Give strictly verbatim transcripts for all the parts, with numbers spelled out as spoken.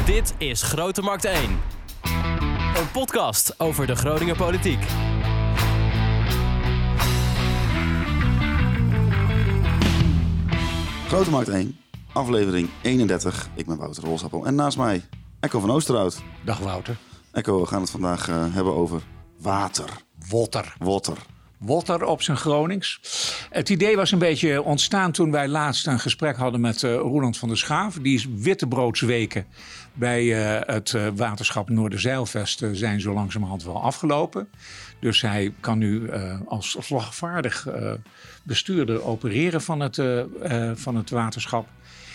Dit is Grote Markt één. Een podcast over de Groninger politiek. Grote Markt één, aflevering eenendertig. Ik ben Wouter Rolsappel en naast mij Ecco van Oosterhout. Dag Wouter. Ecco, we gaan het vandaag uh, hebben over water. Wotter. Water. Wotter op zijn Gronings. Het idee was een beetje ontstaan toen wij laatst een gesprek hadden met uh, Roeland van der Schaaf. Die is wittebroodsweken bij uh, het uh, waterschap Noorderzeilvest uh, zijn zo langzamerhand wel afgelopen. Dus hij kan nu uh, als slagvaardig uh, bestuurder opereren van het, uh, uh, van het waterschap.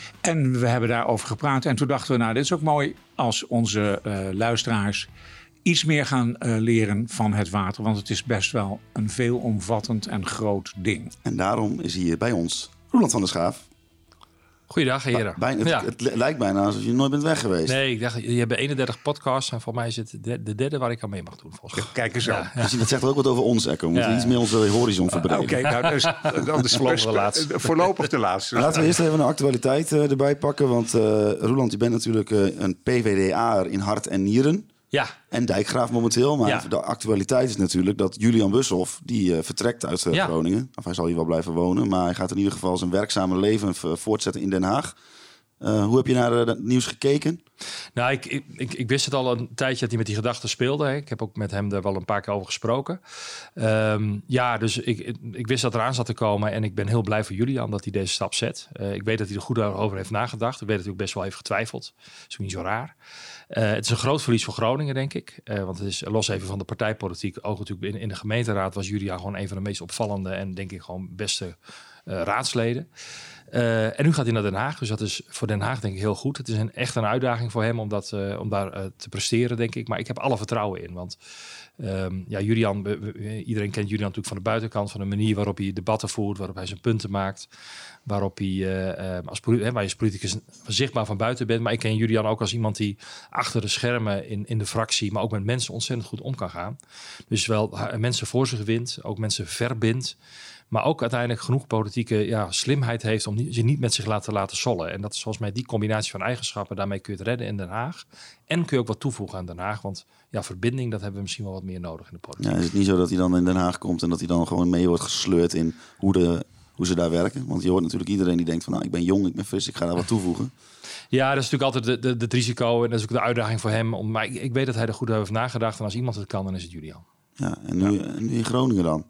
En we hebben daarover gepraat. En toen dachten we, nou, dit is ook mooi als onze uh, luisteraars iets meer gaan uh, leren van het water. Want het is best wel een veelomvattend en groot ding. En daarom is hier bij ons Roeland van der Schaaf. Goeiedag, heren. Bijna, het, ja. het lijkt bijna alsof je nooit bent weg geweest. Nee, ik dacht, je hebt eenendertig podcasts en voor mij is het de, de derde waar ik aan mee mag doen. Volgens mij. Kijk eens zo. Ja, ja. Dus dat zegt ook wat over ons, Ecco. We moeten Ja. iets meer onze horizon verbreden. Oké, okay, nou, dus, dan is Voorlopig de laatste. Voorlopig de laatste. Laten we eerst even een actualiteit uh, erbij pakken. Want uh, Roeland, je bent natuurlijk uh, een P V D A'er in hart en nieren. Ja. En dijkgraaf momenteel. Maar Ja. de actualiteit is natuurlijk dat Julian Bushoff, die uh, vertrekt uit uh, Ja. Groningen. Of hij zal hier wel blijven wonen. Maar hij gaat in ieder geval zijn werkzame leven v- voortzetten in Den Haag. Uh, hoe heb je naar uh, het nieuws gekeken? Nou, ik, ik, ik, ik wist het al een tijdje dat hij met die gedachten speelde. Hè. Ik heb ook met hem er wel een paar keer over gesproken. Um, ja, dus ik, ik, ik wist dat eraan zat te komen. En ik ben heel blij voor Julian dat hij deze stap zet. Uh, ik weet dat hij er goed over heeft nagedacht. Ik weet dat hij ook best wel heeft getwijfeld. Dat is ook niet zo raar. Uh, het is een groot verlies voor Groningen, denk ik. Uh, want het is los even van de partijpolitiek. Ook natuurlijk in, in de gemeenteraad was Julian gewoon een van de meest opvallende en denk ik gewoon beste uh, raadsleden. Uh, en nu gaat hij naar Den Haag. Dus dat is voor Den Haag denk ik heel goed. Het is een, echt een uitdaging voor hem om, dat, uh, om daar uh, te presteren, denk ik. Maar ik heb alle vertrouwen in. Want um, ja, Julian, we, we, iedereen kent Julian natuurlijk van de buitenkant. Van de manier waarop hij debatten voert. Waarop hij zijn punten maakt. Waarop hij uh, uh, als, hè, waar je als politicus zichtbaar van buiten bent. Maar ik ken Julian ook als iemand die achter de schermen in, in de fractie. Maar ook met mensen ontzettend goed om kan gaan. Dus wel mensen voor zich wint. Ook mensen verbindt. Maar ook uiteindelijk genoeg politieke ja, slimheid heeft om zich niet met zich laten laten sollen. En dat is volgens mij die combinatie van eigenschappen. Daarmee kun je het redden in Den Haag. En kun je ook wat toevoegen aan Den Haag. Want ja, verbinding, dat hebben we misschien wel wat meer nodig in de politiek. Ja, is het niet zo dat hij dan in Den Haag komt en dat hij dan gewoon mee wordt gesleurd in hoe, de, hoe ze daar werken? Want je hoort natuurlijk iedereen die denkt van nou, ik ben jong, ik ben fris, ik ga daar wat toevoegen. Ja, dat is natuurlijk altijd de, de, de, het risico en dat is ook de uitdaging voor hem. Om, maar ik, ik weet dat hij er goed over heeft nagedacht. En als iemand het kan, dan is het Julian. Ja, en nu, Ja. en nu in Groningen dan?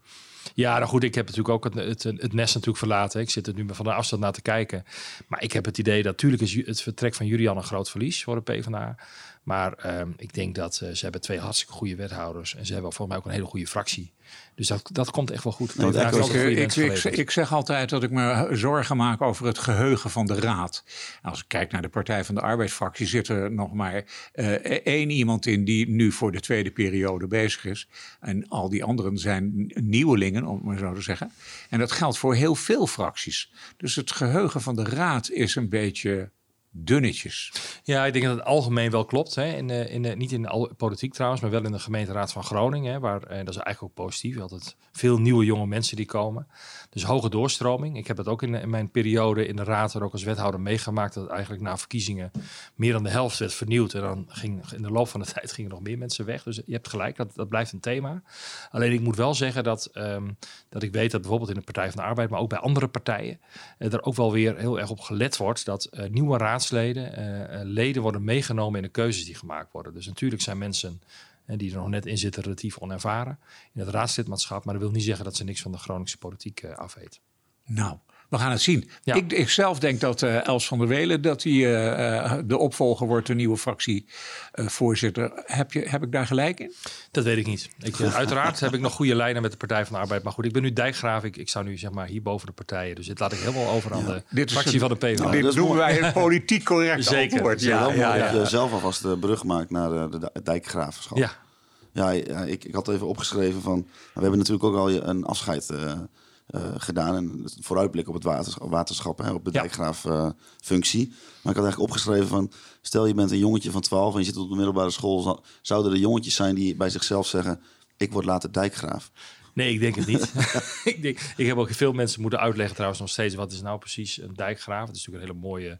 Ja, nou goed, ik heb natuurlijk ook het, het, het nest natuurlijk verlaten. Ik zit er nu van de afstand naar te kijken. Maar ik heb het idee dat natuurlijk is het vertrek van Julian een groot verlies voor de PvdA. Maar um, ik denk dat uh, ze hebben twee hartstikke goede wethouders. En ze hebben volgens mij ook een hele goede fractie. Dus dat, dat komt echt wel goed. Ja, Ja, ik, ik, ik, ik, ik zeg altijd dat ik me zorgen maak over het geheugen van de raad. Als ik kijk naar de Partij van de Arbeidsfractie zit er nog maar uh, één iemand in die nu voor de tweede periode bezig is. En al die anderen zijn nieuwelingen, om het maar zo te zeggen. En dat geldt voor heel veel fracties. Dus het geheugen van de raad is een beetje dunnetjes. Ja, ik denk dat het algemeen wel klopt. Hè. In de, in de, niet in de politiek trouwens, maar wel in de gemeenteraad van Groningen. Hè, waar, en dat is eigenlijk ook positief. Altijd veel nieuwe jonge mensen die komen. Dus hoge doorstroming. Ik heb dat ook in, in mijn periode in de raad er ook als wethouder meegemaakt. Dat eigenlijk na verkiezingen meer dan de helft werd vernieuwd. En dan ging in de loop van de tijd gingen nog meer mensen weg. Dus je hebt gelijk, dat, dat blijft een thema. Alleen ik moet wel zeggen dat, um, dat ik weet dat bijvoorbeeld in de Partij van de Arbeid, maar ook bij andere partijen, uh, er ook wel weer heel erg op gelet wordt dat uh, nieuwe raadsleden, uh, uh, leden worden meegenomen in de keuzes die gemaakt worden. Dus natuurlijk zijn mensen uh, die er nog net in zitten relatief onervaren in het raadslidmaatschap. Maar dat wil niet zeggen dat ze niks van de Groningse politiek uh, afweten. Nou, we gaan het zien. Ja. Ik, ik zelf denk dat uh, Els van der Welen dat die, uh, de opvolger wordt, de nieuwe fractievoorzitter. Uh, heb, je, heb ik daar gelijk in? Dat weet ik niet. Ik, uh, uiteraard heb ik nog goede lijnen met de Partij van de Arbeid. Maar goed, ik ben nu dijkgraaf. Ik, ik sta nu zeg maar hier boven de partijen. Dus dit laat ik helemaal over aan ja, de fractie een, van de PvdA. Nou, dit dat noemen mooi. wij een politiek correct Zeker. antwoord. Ja, Ja, ja, ja, ja, ja. Dat je zelf alvast de brug maakt naar de, de, de dijkgraafschap. Ja. Ja, ja ik, ik had even opgeschreven van, we hebben natuurlijk ook al een afscheid uh, uh, gedaan. En vooruitblik op het waterschap, waterschap hè, op de ja. dijkgraaffunctie. Uh, maar ik had eigenlijk opgeschreven van, stel je bent een jongetje van twaalf en je zit op de middelbare school. Zouden er jongetjes zijn die bij zichzelf zeggen, ik word later dijkgraaf? Nee, ik denk het niet. ik, denk, ik heb ook veel mensen moeten uitleggen trouwens nog steeds, wat is nou precies een dijkgraaf? Het is natuurlijk een hele mooie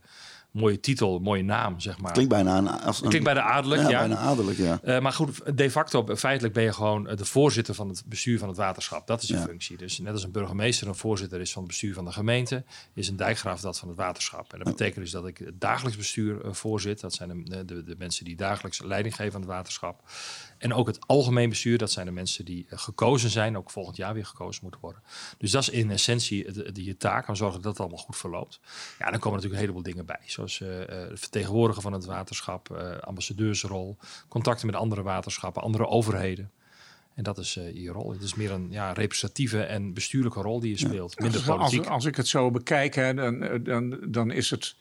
mooie titel, mooie naam, zeg maar. Klinkt bijna een, als een, Klinkt bijna adellijk, ja. ja. Bijna adellijk, ja. Uh, maar goed, de facto, feitelijk ben je gewoon de voorzitter van het bestuur van het waterschap. Dat is je ja. functie. Dus net als een burgemeester een voorzitter is van het bestuur van de gemeente, is een dijkgraaf dat van het waterschap. En dat betekent dus dat ik het dagelijks bestuur uh, voorzit. Dat zijn de, de, de mensen die dagelijks leiding geven aan het waterschap. En ook het algemeen bestuur, dat zijn de mensen die uh, gekozen zijn, ook volgend jaar weer gekozen moeten worden. Dus dat is in essentie de, de, je taak, om zorgen dat het allemaal goed verloopt. Ja, dan komen natuurlijk een heleboel dingen bij. Zoals uh, uh, vertegenwoordigen van het waterschap, uh, ambassadeursrol, contacten met andere waterschappen, andere overheden. En dat is uh, je rol. Het is meer een ja, representatieve en bestuurlijke rol die je speelt. Ja. Minder politiek. Als, als ik het zo bekijk, hè, dan, dan, dan is het...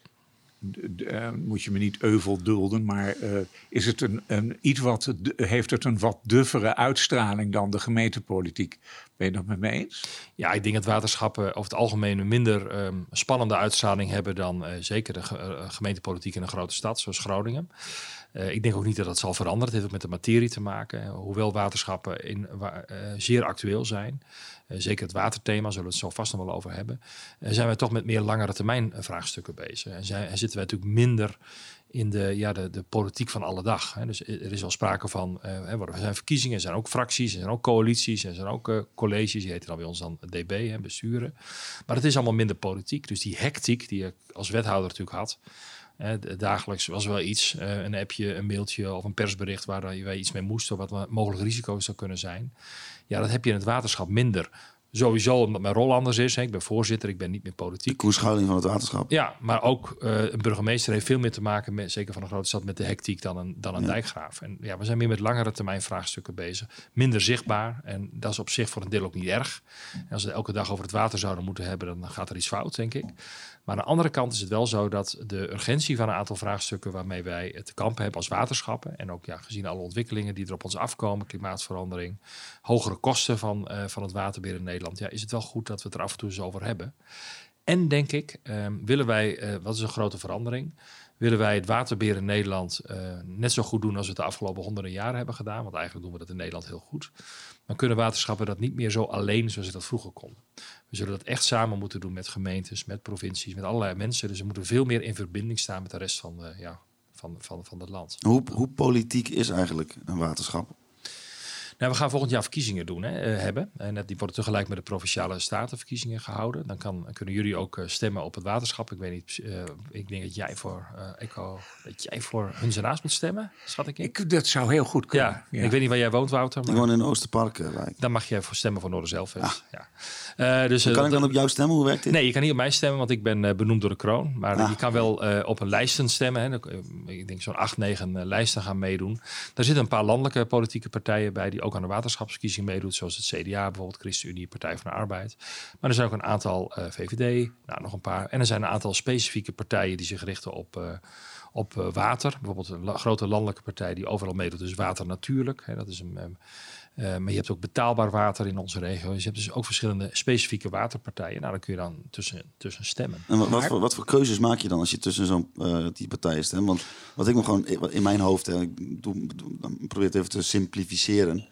Uh, moet je me niet euvel dulden, maar uh, is het een, een iets wat heeft het een wat duffere uitstraling dan de gemeentepolitiek? Ben je dat met me eens? Ja, ik denk dat waterschappen over het algemeen een minder um, spannende uitstraling hebben dan uh, zeker de ge- uh, gemeentepolitiek in een grote stad zoals Groningen. Uh, ik denk ook niet dat dat zal veranderen. Het heeft ook met de materie te maken. Hoewel waterschappen in, uh, zeer actueel zijn. Uh, zeker het waterthema, zullen we het zo vast nog wel over hebben. Uh, zijn we toch met meer langere termijn vraagstukken bezig. En zijn, zitten wij natuurlijk minder in de, ja, de, de politiek van alle dag. Hè. Dus er is al sprake van, uh, er zijn verkiezingen, er zijn ook fracties, er zijn ook coalities, er zijn ook uh, colleges, die heten dan bij ons dan D B, hè, besturen. Maar het is allemaal minder politiek. Dus die hectiek die je als wethouder natuurlijk had, uh, dagelijks was wel iets, uh, een appje, een mailtje of een persbericht waar wij iets mee moesten, of wat mogelijk risico's zou kunnen zijn. Ja, dat heb je in het waterschap minder. Sowieso omdat mijn rol anders is. Hè. Ik ben voorzitter, ik ben niet meer politiek. De Koen Schouwing van het waterschap. Ja, maar ook uh, een burgemeester heeft veel meer te maken, met, zeker van een grote stad, met de hectiek dan een, dan een ja. dijkgraaf. En ja, we zijn meer met langere termijn vraagstukken bezig. Minder zichtbaar. En dat is op zich voor een deel ook niet erg. En als we het elke dag over het water zouden moeten hebben, dan gaat er iets fout, denk ik. Maar aan de andere kant is het wel zo dat de urgentie van een aantal vraagstukken waarmee wij te kampen hebben als waterschappen, en ook ja, gezien alle ontwikkelingen die er op ons afkomen, klimaatverandering, hogere kosten van, uh, van het waterbeheer in Nederland, ja, is het wel goed dat we het er af en toe eens over hebben. En denk ik, uh, willen wij, uh, wat is een grote verandering, willen wij het waterbeheer in Nederland uh, net zo goed doen als we het de afgelopen honderden jaren hebben gedaan, want eigenlijk doen we dat in Nederland heel goed, dan kunnen waterschappen dat niet meer zo alleen zoals ze dat vroeger konden. We zullen dat echt samen moeten doen met gemeentes, met provincies, met allerlei mensen. Dus we moeten veel meer in verbinding staan met de rest van, uh, ja, van, van, van het land. Hoe, hoe politiek is eigenlijk een waterschap? Nou, we gaan volgend jaar verkiezingen doen, hè, hebben. En die worden tegelijk met de Provinciale Statenverkiezingen gehouden. Dan kan, kunnen jullie ook uh, stemmen op het waterschap. Ik weet niet, uh, ik denk dat jij voor uh, Eco, dat jij voor Huns en Haas moet stemmen, schat ik in. Ik, dat zou heel goed kunnen. Ja, ja. Ik weet niet waar jij woont, Wouter. Maar ik woon in Oosterparkwijk. Dan mag je voor stemmen voor Noorderzelfvest. Ah. Ja. Uh, dus, uh, kan ik dan op jou stemmen? Hoe werkt dit? Nee, je kan niet op mij stemmen, want ik ben uh, benoemd door de kroon. Maar ah. je kan wel uh, op een lijsten stemmen. Hè. Ik denk zo'n acht, negen uh, lijsten gaan meedoen. Daar zitten een paar landelijke politieke partijen bij die ook aan de waterschapsverkiezingen meedoet, zoals het C D A bijvoorbeeld, ChristenUnie, Partij van de Arbeid. Maar er zijn ook een aantal uh, V V D, nou nog een paar. En er zijn een aantal specifieke partijen die zich richten op, uh, op uh, water. Bijvoorbeeld een la- grote landelijke partij die overal meedoet, dus Water Natuurlijk. Hè, dat is een, um, uh, maar je hebt ook betaalbaar water in onze regio. Dus je hebt dus ook verschillende specifieke waterpartijen. Nou, daar kun je dan tussen, tussen stemmen. En wat, wat, voor, wat voor keuzes maak je dan als je tussen zo'n uh, die partijen stemt? Want wat ik me gewoon in mijn hoofd, hè, ik doe, doe, probeer het even te simplificeren.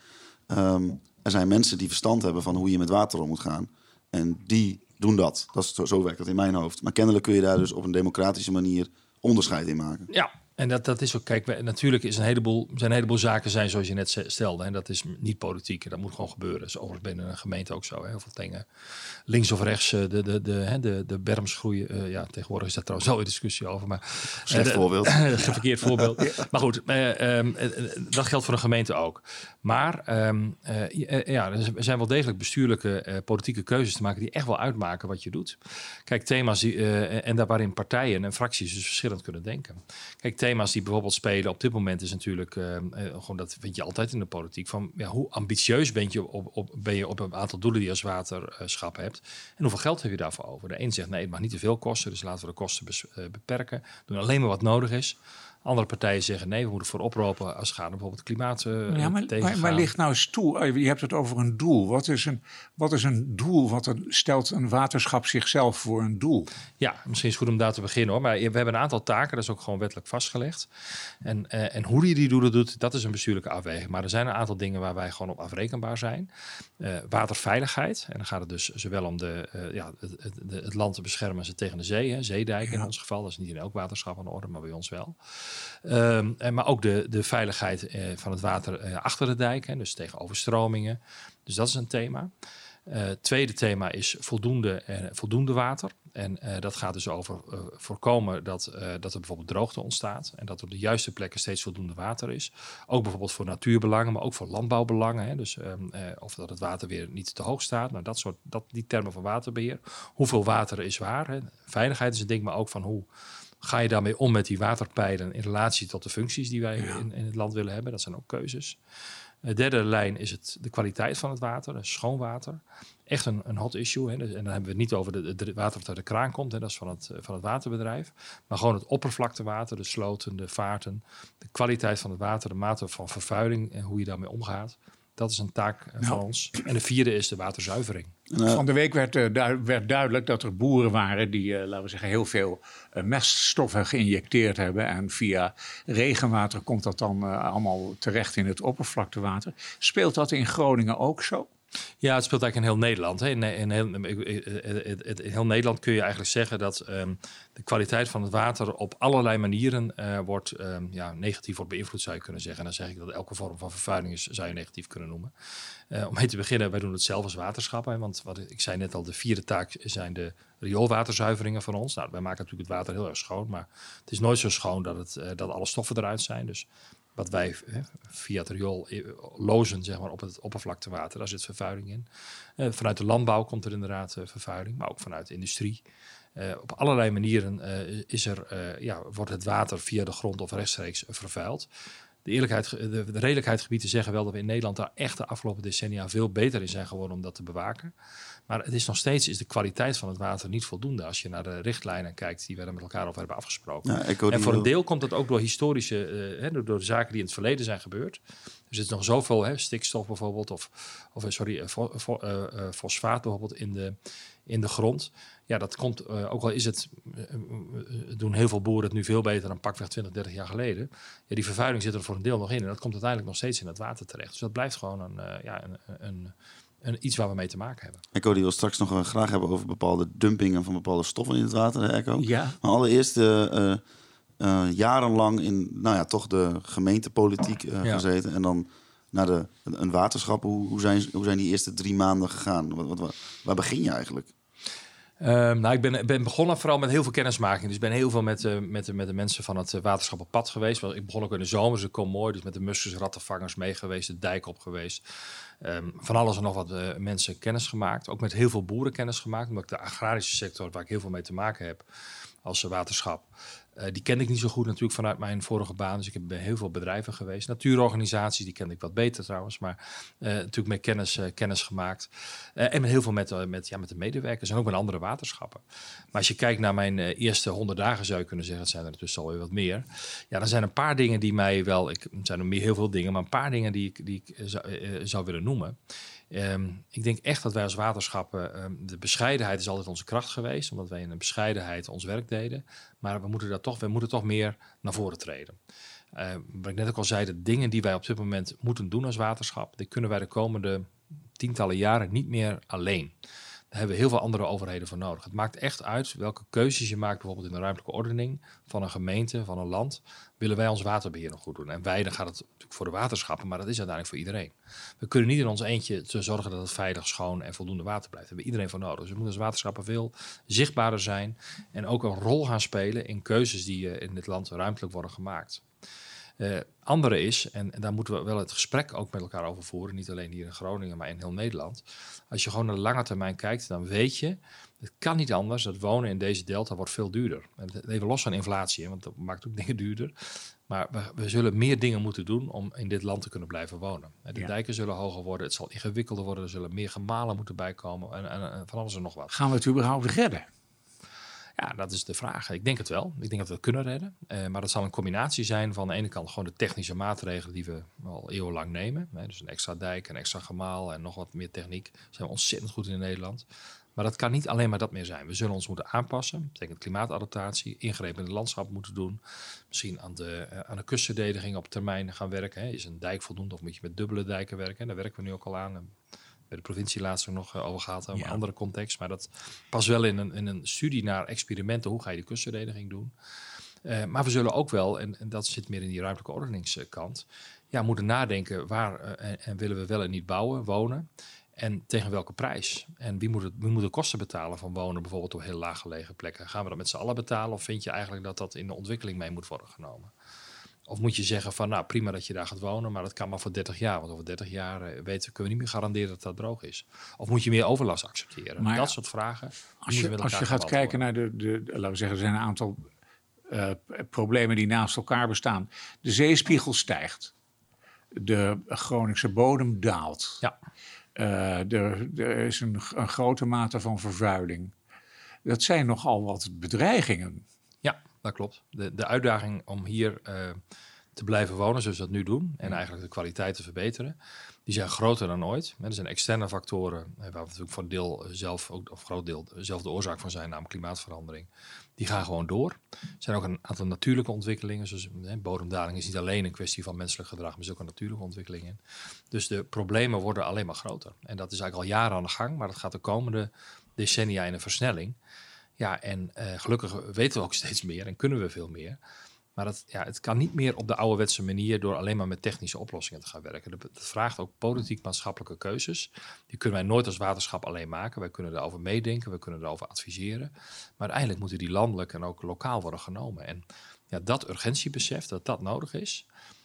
Um, er zijn mensen die verstand hebben van hoe je met water om moet gaan. En die doen dat. dat is, zo, zo werkt dat in mijn hoofd. Maar kennelijk kun je daar dus op een democratische manier onderscheid in maken. Ja, en dat, dat is ook, kijk, we, natuurlijk is een heleboel, zijn een heleboel zaken zijn zoals je net stelde. En dat is niet politiek en dat moet gewoon gebeuren. Dat is overigens binnen een gemeente ook zo. Hè. Heel veel dingen links of rechts, de, de, de, de, de, de berms groeien. Uh, ja, tegenwoordig is daar trouwens wel een discussie over. Maar, Slecht uh, voorbeeld. Verkeerd voorbeeld. Ja. Maar goed, uh, um, dat geldt voor een gemeente ook. Maar um, uh, ja, er zijn wel degelijk bestuurlijke uh, politieke keuzes te maken die echt wel uitmaken wat je doet. Kijk, thema's die, uh, en daar waarin partijen en fracties dus verschillend kunnen denken. Kijk, thema's die bijvoorbeeld spelen op dit moment is natuurlijk, uh, uh, gewoon dat vind je altijd in de politiek, van ja, hoe ambitieus ben je op, op, ben je op een aantal doelen die je als waterschap hebt en hoeveel geld heb je daarvoor over? De een zegt nee, het mag niet te veel kosten, dus laten we de kosten bes, uh, beperken. Doen alleen maar wat nodig is. Andere partijen zeggen nee, we moeten voorop lopen als het gaat om bijvoorbeeld klimaat uh, ja, maar, tegengaan. maar, maar ligt nou eens toe, je hebt het over een doel. Wat is een, wat is een doel? Wat een, stelt een waterschap zichzelf voor een doel? Ja, misschien is het goed om daar te beginnen hoor. Maar we hebben een aantal taken, dat is ook gewoon wettelijk vastgelegd. En, uh, en hoe je die doelen doet, dat is een bestuurlijke afweging. Maar er zijn een aantal dingen waar wij gewoon op afrekenbaar zijn. Uh, waterveiligheid. En dan gaat het dus zowel om de, uh, ja, het, het, het land te beschermen ze tegen de zee. Hè, zeedijken ja. in ons geval. Dat is niet in elk waterschap aan de orde, maar bij ons wel. Um, en, maar ook de, de veiligheid uh, van het water uh, achter de dijk. Hè, dus tegen overstromingen. Dus dat is een thema. Het uh, tweede thema is voldoende, uh, voldoende water. En uh, dat gaat dus over uh, voorkomen dat, uh, dat er bijvoorbeeld droogte ontstaat. En dat er op de juiste plekken steeds voldoende water is. Ook bijvoorbeeld voor natuurbelangen, maar ook voor landbouwbelangen. Hè. Dus um, uh, of dat het water weer niet te hoog staat. Nou, dat soort, dat, die termen van waterbeheer. Hoeveel water is waar? Hè. Veiligheid is een ding, maar ook van hoe ga je daarmee om met die waterpijlen in relatie tot de functies die wij ja. in, in het land willen hebben. Dat zijn ook keuzes. De derde lijn is het, de kwaliteit van het water, dus schoon water. Echt een, een hot issue. Hè. En dan hebben we het niet over het water dat uit de kraan komt. Hè. Dat is van het, van het waterbedrijf. Maar gewoon het oppervlaktewater, de sloten, de vaarten. De kwaliteit van het water, de mate van vervuiling en hoe je daarmee omgaat. Dat is een taak uh, van nou. ons. En de vierde is de waterzuivering. Van de week werd, uh, du- werd duidelijk dat er boeren waren die, uh, laten we zeggen, heel veel uh, meststoffen geïnjecteerd hebben. En via regenwater komt dat dan uh, allemaal terecht in het oppervlaktewater. Speelt dat in Groningen ook zo? Ja, het speelt eigenlijk in heel Nederland. Hè. In, in, heel, in heel Nederland kun je eigenlijk zeggen dat um, de kwaliteit van het water op allerlei manieren uh, wordt, um, ja, negatief wordt beïnvloed, zou je kunnen zeggen. En dan zeg ik dat elke vorm van vervuiling is, zou je negatief kunnen noemen. Uh, om mee te beginnen, wij doen het zelf als waterschappen. Hè, want wat ik zei net al, de vierde taak zijn de rioolwaterzuiveringen van ons. Nou, wij maken natuurlijk het water heel erg schoon, maar het is nooit zo schoon dat, het, uh, dat alle stoffen eruit zijn. Dus wat wij hè, via het riool lozen, zeg maar, op het oppervlaktewater, daar zit vervuiling in. Uh, vanuit de landbouw komt er inderdaad uh, vervuiling, maar ook vanuit de industrie. Uh, op allerlei manieren uh, is er, uh, ja, wordt het water via de grond of rechtstreeks uh, vervuild. De, eerlijkheid, de, de redelijkheidsgebieden zeggen wel dat we in Nederland daar echt de afgelopen decennia veel beter in zijn geworden om dat te bewaken. Maar het is nog steeds is de kwaliteit van het water niet voldoende als je naar de richtlijnen kijkt die we er met elkaar over hebben afgesproken. Ja, en voor een deel komt dat ook door historische, uh, hè, door, door de zaken die in het verleden zijn gebeurd. Er zit nog zoveel hè, stikstof bijvoorbeeld of, of sorry, fo, fo, uh, uh, fosfaat bijvoorbeeld in de, in de grond. Ja, dat komt, uh, ook al is het, uh, uh, doen heel veel boeren het nu veel beter dan pakweg twintig, dertig jaar geleden. Ja, die vervuiling zit er voor een deel nog in en dat komt uiteindelijk nog steeds in het water terecht. Dus dat blijft gewoon een, uh, ja, een, een, een, iets waar we mee te maken hebben. Echo, die wil straks nog uh, graag hebben over bepaalde dumpingen van bepaalde stoffen in het water, hè, Echo? Ja. Maar allereerst uh, uh, uh, jarenlang in, nou ja, toch de gemeentepolitiek uh, ja. gezeten en dan naar de, een waterschap. Hoe, hoe, zijn, hoe zijn die eerste drie maanden gegaan? Wat, wat, wat, waar begin je eigenlijk? Um, nou, ik ben, ben begonnen vooral met heel veel kennismaking. Dus ik ben heel veel met, uh, met, de, met de mensen van het uh, waterschap op pad geweest. Ik begon ook in de zomer, dus ik kom mooi. Dus met de muskers, rattenvangers mee geweest, de dijk op geweest. Um, van alles en nog wat uh, mensen kennis gemaakt. Ook met heel veel boeren kennis gemaakt. Omdat ik de agrarische sector, waar ik heel veel mee te maken heb als uh, waterschap, Uh, die kende ik niet zo goed natuurlijk vanuit mijn vorige baan. Dus ik heb bij heel veel bedrijven geweest. Natuurorganisaties, die kende ik wat beter trouwens. Maar uh, natuurlijk met kennis, uh, kennis gemaakt. Uh, en met heel veel met, uh, met, ja, met de medewerkers en ook met andere waterschappen. Maar als je kijkt naar mijn uh, eerste honderd dagen, zou je kunnen zeggen, het zijn er intussen alweer wat meer. Ja, dan zijn er een paar dingen die mij wel, ik, er zijn er meer heel veel dingen, maar een paar dingen die ik, die ik uh, zou, uh, zou willen noemen. Um, ik denk echt dat wij als waterschappen, um, de bescheidenheid is altijd onze kracht geweest, omdat wij in een bescheidenheid ons werk deden. Maar we moeten, dat toch, we moeten toch meer naar voren treden. Uh, wat ik net ook al zei, de dingen die wij op dit moment moeten doen als waterschap, die kunnen wij de komende tientallen jaren niet meer alleen. Daar hebben we heel veel andere overheden voor nodig. Het maakt echt uit welke keuzes je maakt, bijvoorbeeld in de ruimtelijke ordening van een gemeente, van een land. Willen wij ons waterbeheer nog goed doen? En wij, dan gaat het natuurlijk voor de waterschappen, maar dat is uiteindelijk voor iedereen. We kunnen niet in ons eentje te zorgen dat het veilig, schoon en voldoende water blijft. Daar hebben we iedereen voor nodig. Dus we moeten als waterschappen veel zichtbaarder zijn en ook een rol gaan spelen in keuzes die uh, in dit land ruimtelijk worden gemaakt. Uh, andere is, en, en daar moeten we wel het gesprek ook met elkaar over voeren, niet alleen hier in Groningen, maar in heel Nederland. Als je gewoon naar de lange termijn kijkt, dan weet je, het kan niet anders, dat wonen in deze delta wordt veel duurder. Even los van inflatie, hè, want dat maakt ook dingen duurder. Maar we, we zullen meer dingen moeten doen om in dit land te kunnen blijven wonen. De ja. dijken zullen hoger worden, het zal ingewikkelder worden, er zullen meer gemalen moeten bijkomen en, en, en van alles en nog wat. Gaan we het überhaupt redden? Ja, dat is de vraag. Ik denk het wel. Ik denk dat we het kunnen redden. Uh, maar dat zal een combinatie zijn van aan de ene kant gewoon de technische maatregelen die we al eeuwenlang nemen. Hè, dus een extra dijk, een extra gemaal en nog wat meer techniek. Daar zijn we ontzettend goed in Nederland. Maar dat kan niet alleen maar dat meer zijn. We zullen ons moeten aanpassen. Dat betekent klimaatadaptatie, ingrepen in het landschap moeten doen. Misschien aan de, uh, aan de kustverdediging op termijn gaan werken. Hè. Is een dijk voldoende of moet je met dubbele dijken werken? Daar werken we nu ook al aan. Bij de provincie laatst ook nog uh, over gehad, in ja. een andere context. Maar dat past wel in een, in een studie naar experimenten. Hoe ga je de kustverdediging doen? Uh, maar we zullen ook wel, en, en dat zit meer in die ruimtelijke ordeningskant, ja, moeten nadenken waar uh, en, en willen we wel en niet bouwen, wonen. En tegen welke prijs? En wie moet, het, wie moet de kosten betalen van wonen, bijvoorbeeld op heel laag gelegen plekken? Gaan we dat met z'n allen betalen? Of vind je eigenlijk dat dat in de ontwikkeling mee moet worden genomen? Of moet je zeggen van, nou prima dat je daar gaat wonen, maar dat kan maar voor dertig jaar. Want over dertig jaar uh, weten, kunnen we niet meer garanderen dat dat droog is. Of moet je meer overlast accepteren? Maar dat soort vragen. Als je, als je gaat kijken naar de, de, de, laten we zeggen, er zijn een aantal uh, problemen die naast elkaar bestaan. De zeespiegel stijgt. De Groningse bodem daalt. Ja. Uh, er, er is een, een grote mate van vervuiling. Dat zijn nogal wat bedreigingen. Ja, dat klopt. De, de uitdaging om hier uh, te blijven wonen zoals we dat nu doen en eigenlijk de kwaliteit te verbeteren, die zijn groter dan ooit. Er zijn externe factoren waar we natuurlijk voor een deel zelf, ook, of groot deel zelf de oorzaak van zijn, namelijk klimaatverandering. Die gaan gewoon door. Er zijn ook een aantal natuurlijke ontwikkelingen. Zoals hè, bodemdaling is niet alleen een kwestie van menselijk gedrag, maar is ook een natuurlijke ontwikkeling. Dus de problemen worden alleen maar groter. En dat is eigenlijk al jaren aan de gang, maar dat gaat de komende decennia in een versnelling. Ja, en uh, gelukkig weten we ook steeds meer en kunnen we veel meer. Maar dat, ja, het kan niet meer op de ouderwetse manier door alleen maar met technische oplossingen te gaan werken. Dat, dat vraagt ook politiek-maatschappelijke keuzes. Die kunnen wij nooit als waterschap alleen maken. Wij kunnen daarover meedenken, we kunnen daarover adviseren. Maar uiteindelijk moeten die landelijk en ook lokaal worden genomen. En ja, dat urgentiebesef, dat dat nodig is,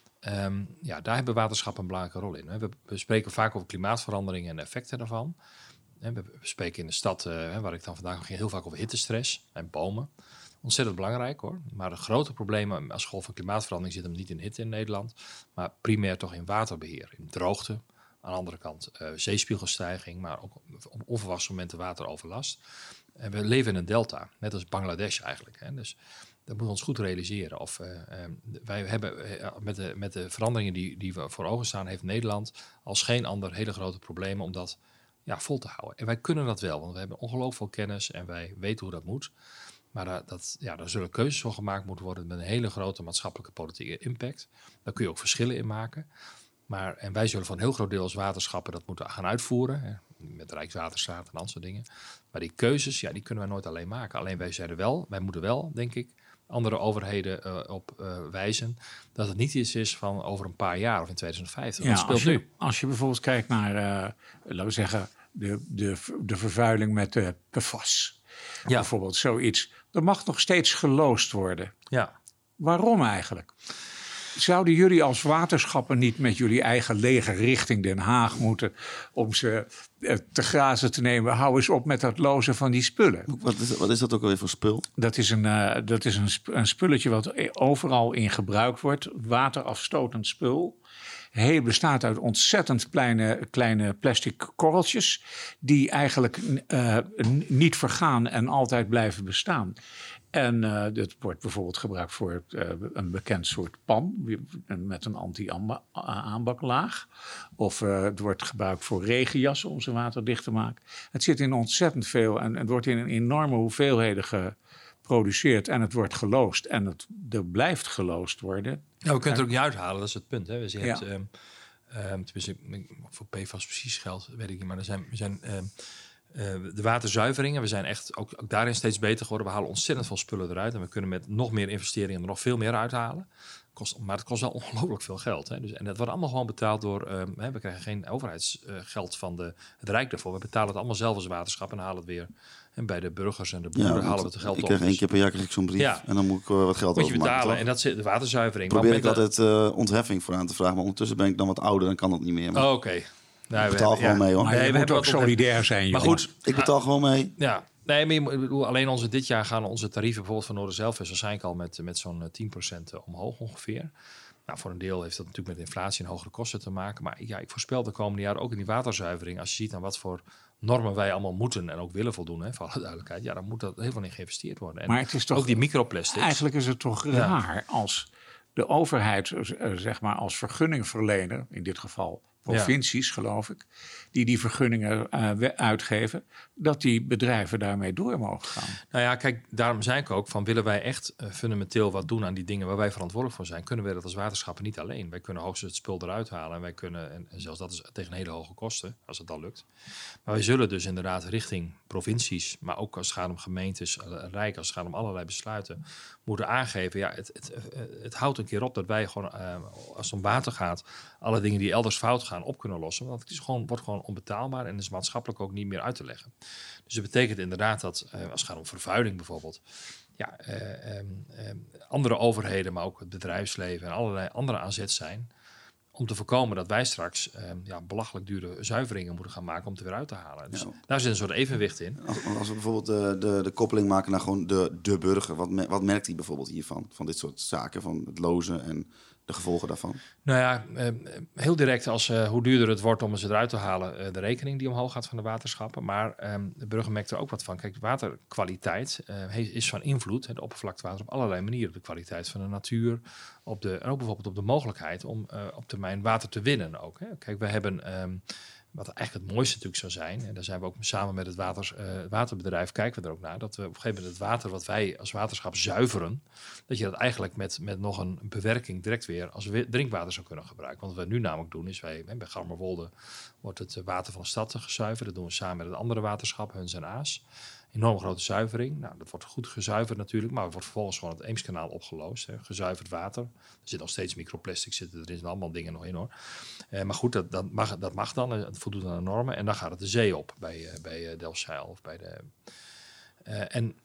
um, ja, daar hebben waterschappen een belangrijke rol in. We, we spreken vaak over klimaatverandering en de effecten daarvan. We spreken in de stad, uh, waar ik dan vandaag nog ging, heel vaak over hittestress en bomen. Ontzettend belangrijk hoor. Maar de grote problemen als gevolg van klimaatverandering zitten hem niet in hitte in Nederland, maar primair toch in waterbeheer, in droogte. Aan de andere kant uh, zeespiegelstijging, maar ook op onverwachte momenten wateroverlast. En we leven in een delta, net als Bangladesh eigenlijk. Hè. Dus dat moeten we ons goed realiseren. Of, uh, uh, wij hebben uh, met, de, met de veranderingen die, die we voor ogen staan, heeft Nederland als geen ander hele grote problemen om dat ja, vol te houden. En wij kunnen dat wel, want we hebben ongelooflijk veel kennis en wij weten hoe dat moet. Maar dat, dat, ja, daar zullen keuzes voor gemaakt moeten worden met een hele grote maatschappelijke politieke impact. Daar kun je ook verschillen in maken. Maar, en wij zullen voor een heel groot deel als waterschappen dat moeten gaan uitvoeren. Hè, met Rijkswaterstaat en dat soort dingen. Maar die keuzes, ja, die kunnen wij nooit alleen maken. Alleen wij zeiden wel, wij moeten wel, denk ik, andere overheden uh, op uh, wijzen. Dat het niet iets is van over een paar jaar of in tweeduizend vijftig. Ja, dat speelt als je, nu. Als je bijvoorbeeld kijkt naar, uh, laten we zeggen, de, de, de vervuiling met de P F A S. Ja. Bijvoorbeeld zoiets. Er mag nog steeds geloosd worden. Ja. Waarom eigenlijk? Zouden jullie als waterschappen niet met jullie eigen leger richting Den Haag moeten om ze eh, te grazen te nemen? Hou eens op met dat lozen van die spullen. Wat is, wat is dat ook alweer voor spul? Dat is, een, uh, dat is een, sp- een spulletje wat overal in gebruikt wordt. Waterafstotend spul. Hij bestaat uit ontzettend kleine, kleine plastic korreltjes die eigenlijk uh, n- niet vergaan en altijd blijven bestaan. En uh, dit wordt bijvoorbeeld gebruikt voor uh, een bekend soort pan met een anti-aanbaklaag. Of uh, het wordt gebruikt voor regenjassen om ze waterdicht te maken. Het zit in ontzettend veel en het wordt in een enorme hoeveelheden geproduceerd. En het wordt geloosd en het er blijft geloosd worden. Ja, we kunnen het er ook niet uithalen, dat is het punt. Hè. We zien ja. het, um, um, tenminste, voor P F A S precies geldt, weet ik niet. Maar er zijn... Er zijn um, Uh, de waterzuiveringen, we zijn echt ook, ook daarin steeds beter geworden. We halen ontzettend veel spullen eruit en we kunnen met nog meer investeringen er nog veel meer uithalen. Kost, maar het kost wel ongelooflijk veel geld. Hè. Dus, en dat wordt allemaal gewoon betaald door, um, hè, we krijgen geen overheidsgeld uh, van de, het Rijk daarvoor. We betalen het allemaal zelf als waterschap en halen het weer. En bij de burgers en de boeren ja, halen we het geld op. Ik krijg één keer per jaar krijg ik zo'n brief ja. en dan moet ik uh, wat geld moet je overmaken. betalen en dat is de waterzuivering. Probeer ik de... altijd uh, ontheffing voor aan te vragen, maar ondertussen ben ik dan wat ouder en kan dat niet meer. Maar... Oh, oké. Okay. Nou, ik betaal hebben, gewoon ja. mee hoor. Maar je nee, moet ook solidair zijn. Maar goed, ik betaal gewoon mee. Ja, nee, maar je, bedoel, alleen onze dit jaar gaan onze tarieven bijvoorbeeld van Noorderzelf waarschijnlijk al met, met zo'n tien procent omhoog ongeveer. Nou, voor een deel heeft dat natuurlijk met inflatie en hogere kosten te maken. Maar ja, ik voorspel de komende jaren ook in die waterzuivering. Als je ziet aan wat voor normen wij allemaal moeten en ook willen voldoen, hè, voor alle duidelijkheid, ja, dan moet dat heel veel in geïnvesteerd worden. En maar het is toch, ook die microplastics. Eigenlijk is het toch raar ja. als de overheid, uh, zeg maar als vergunningverlener, in dit geval provincies, ja. geloof ik, die die vergunningen uh, uitgeven, dat die bedrijven daarmee door mogen gaan. Nou ja, kijk, daarom zei ik ook van, willen wij echt uh, fundamenteel wat doen aan die dingen waar wij verantwoordelijk voor zijn, kunnen we dat als waterschappen niet alleen. Wij kunnen hoogstens het spul eruit halen en wij kunnen, en, en zelfs dat is tegen een hele hoge kosten, als het dan lukt. Maar wij zullen dus inderdaad richting provincies, maar ook als het gaat om gemeentes, uh, rijk, als het gaat om allerlei besluiten, moeten aangeven, ja, het, het, uh, het houdt een keer op dat wij gewoon, uh, als het om water gaat, alle dingen die elders fout gaan, op kunnen lossen. Want het is gewoon, wordt gewoon onbetaalbaar en is maatschappelijk ook niet meer uit te leggen. Dus dat betekent inderdaad dat, uh, als het gaat om vervuiling bijvoorbeeld, ja, uh, um, um, andere overheden, maar ook het bedrijfsleven en allerlei andere aanzet zijn om te voorkomen dat wij straks um, ja, belachelijk dure zuiveringen moeten gaan maken om het er weer uit te halen. Dus ja. daar zit een soort evenwicht in. Als, als we bijvoorbeeld de, de, de koppeling maken naar gewoon de, de burger, wat, me, wat merkt hij bijvoorbeeld hiervan? Van dit soort zaken, van het lozen en de gevolgen daarvan? Nou ja, uh, heel direct als uh, hoe duurder het wordt om ze eruit te halen, uh, de rekening die omhoog gaat van de waterschappen. Maar um, de burger merkt er ook wat van. Kijk, waterkwaliteit uh, is van invloed, het oppervlaktewater, op allerlei manieren. Op de kwaliteit van de natuur, op de, en ook bijvoorbeeld op de mogelijkheid om uh, op termijn water te winnen ook. Hè. Kijk, we hebben, um, wat eigenlijk het mooiste natuurlijk zou zijn, en daar zijn we ook samen met het water, uh, waterbedrijf, kijken we er ook naar, dat we op een gegeven moment het water wat wij als waterschap zuiveren, dat je dat eigenlijk met, met nog een bewerking direct weer als drinkwater zou kunnen gebruiken. Want wat we nu namelijk doen is, wij, bij Garmerwolde wordt het water van de stad gezuiverd. Dat doen we samen met het andere waterschap, Huns en Aas. Enorm grote zuivering. Nou, dat wordt goed gezuiverd natuurlijk, maar het wordt vervolgens gewoon het Eemskanaal opgeloosd. Hè. Gezuiverd water. Er zit nog steeds microplastics, zitten er zijn allemaal dingen nog in hoor. Eh, maar goed, dat, dat, mag, dat mag dan. Het voldoet aan de normen. En dan gaat het de zee op bij, uh, bij uh, Delfzijl of bij de... Uh, en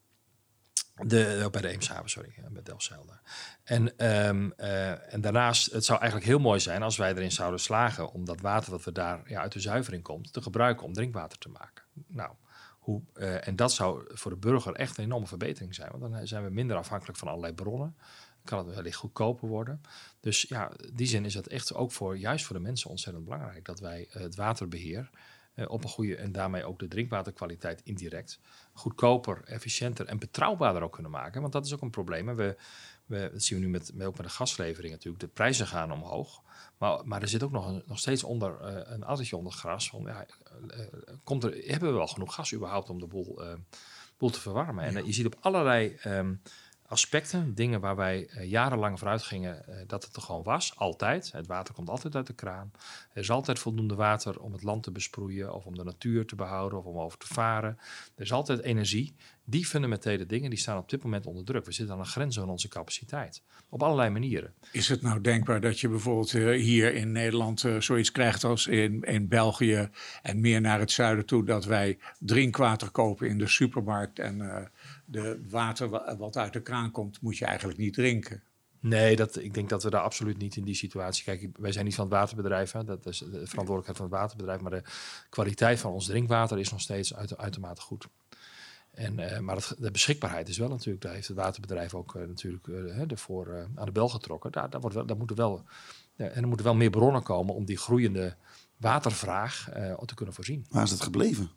De, bij de Eemshaven, sorry, bij Delfzijl daar. En, um, uh, en daarnaast, het zou eigenlijk heel mooi zijn als wij erin zouden slagen om dat water wat we daar ja, uit de zuivering komt, te gebruiken om drinkwater te maken. Nou, hoe, uh, en dat zou voor de burger echt een enorme verbetering zijn, want dan zijn we minder afhankelijk van allerlei bronnen. Dan kan het wellicht goedkoper worden. Dus ja, in die zin is dat echt ook voor, juist voor de mensen ontzettend belangrijk, dat wij uh, het waterbeheer Uh, op een goede en daarmee ook de drinkwaterkwaliteit indirect goedkoper, efficiënter en betrouwbaarder ook kunnen maken. Want dat is ook een probleem. En we, we, dat zien we nu met, met, ook met de gaslevering natuurlijk. De prijzen gaan omhoog. Maar, maar er zit ook nog, een, nog steeds onder uh, een addertje onder gras. Van, ja, uh, komt er, hebben we wel genoeg gas überhaupt om de boel, uh, boel te verwarmen? En uh, je ziet op allerlei um, aspecten, dingen waar wij uh, jarenlang vooruit gingen, uh, dat het er gewoon was, altijd. Het water komt altijd uit de kraan. Er is altijd voldoende water om het land te besproeien of om de natuur te behouden of om over te varen. Er is altijd energie. Die fundamentele dingen die staan op dit moment onder druk. We zitten aan een grens van onze capaciteit. Op allerlei manieren. Is het nou denkbaar dat je bijvoorbeeld uh, hier in Nederland uh, zoiets krijgt als in, in België en meer naar het zuiden toe, dat wij drinkwater kopen in de supermarkt en uh, de water wat uit de kraan komt, moet je eigenlijk niet drinken? Nee, dat, ik denk dat we daar absoluut niet in die situatie... Kijk, wij zijn niet van het waterbedrijf, hè. Dat is de verantwoordelijkheid van het waterbedrijf, maar de kwaliteit van ons drinkwater is nog steeds uit, uitermate goed. En, uh, maar het, de beschikbaarheid is wel natuurlijk, daar heeft het waterbedrijf ook uh, natuurlijk uh, ervoor uh, aan de bel getrokken. Daar, daar, wordt wel, daar moeten wel, ja, en er moeten wel meer bronnen komen om die groeiende watervraag uh, te kunnen voorzien. Waar is het gebleven?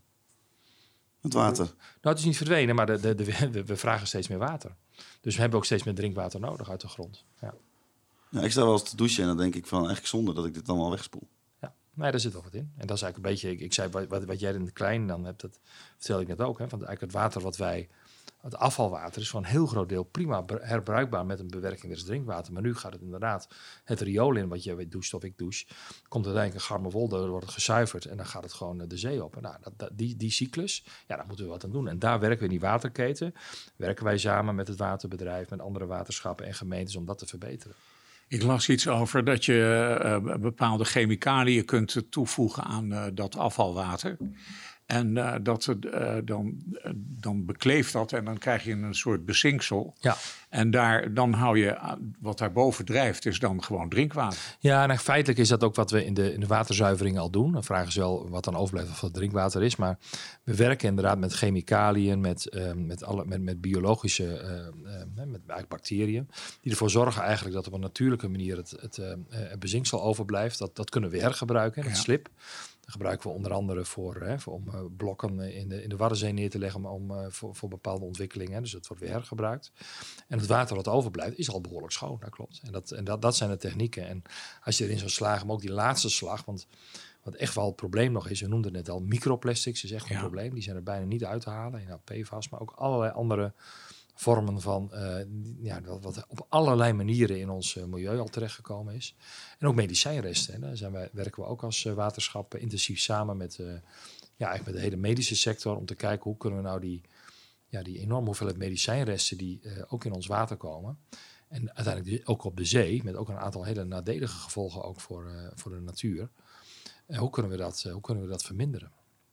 Het water? Nou, het is niet verdwenen, maar de, de, de, de, we vragen steeds meer water. Dus we hebben ook steeds meer drinkwater nodig uit de grond. Ja. Ja, ik sta wel eens te douchen en dan denk ik van eigenlijk zonde dat ik dit allemaal wegspoel. Ja, nee, daar zit wel wat in. En dat is eigenlijk een beetje, ik, ik zei wat, wat jij in het klein dan hebt, dat vertelde ik net ook. Hè, want eigenlijk het water wat wij, het afvalwater is voor een heel groot deel prima herbruikbaar met een bewerking weer als drinkwater. Maar nu gaat het inderdaad het riool in, wat jij doucht of ik douche. Komt uiteindelijk een Garmerwolde, dan wordt het gezuiverd en dan gaat het gewoon de zee op. En nou, dat, dat, die, die cyclus, ja, daar moeten we wat aan doen. En daar werken we in die waterketen. Werken wij samen met het waterbedrijf, met andere waterschappen en gemeentes om dat te verbeteren. Ik las iets over dat je uh, bepaalde chemicaliën kunt toevoegen aan uh, dat afvalwater. En uh, dat, uh, dan, uh, dan bekleeft dat en dan krijg je een soort bezinksel. Ja. En daar, dan hou je, uh, wat daarboven drijft, is dan gewoon drinkwater. Ja, en feitelijk is dat ook wat we in de, in de waterzuivering al doen. Dan vragen ze wel wat dan overblijft of het drinkwater is. Maar we werken inderdaad met chemicaliën, met, uh, met, alle, met, met biologische uh, uh, met eigenlijk bacteriën. Die ervoor zorgen eigenlijk dat op een natuurlijke manier het, het, uh, het bezinksel overblijft. Dat, dat kunnen we hergebruiken, het ja. slip. Dat gebruiken we onder andere voor, hè, voor om uh, blokken in de, in de Waddenzee neer te leggen om, uh, voor, voor bepaalde ontwikkelingen. Hè. Dus het wordt weer hergebruikt. En het water wat overblijft is al behoorlijk schoon, dat klopt. En, dat, en dat, dat zijn de technieken. En als je erin zou slagen, maar ook die laatste slag, want wat echt wel het probleem nog is, we noemden het net al, microplastics is echt een ja. probleem. Die zijn er bijna niet uit te halen. En nou, P F A S, maar ook allerlei andere vormen van, uh, ja, wat, wat op allerlei manieren in ons uh, milieu al terechtgekomen is. En ook medicijnresten. Hè. Daar zijn wij, werken we ook als uh, waterschap uh, intensief samen met, uh, ja, eigenlijk met de hele medische sector om te kijken hoe kunnen we nou die, ja, die enorme hoeveelheid medicijnresten die uh, ook in ons water komen. En uiteindelijk ook op de zee, met ook een aantal hele nadelige gevolgen ook voor, uh, voor de natuur. Uh, hoe kunnen we dat, uh, hoe kunnen we dat verminderen?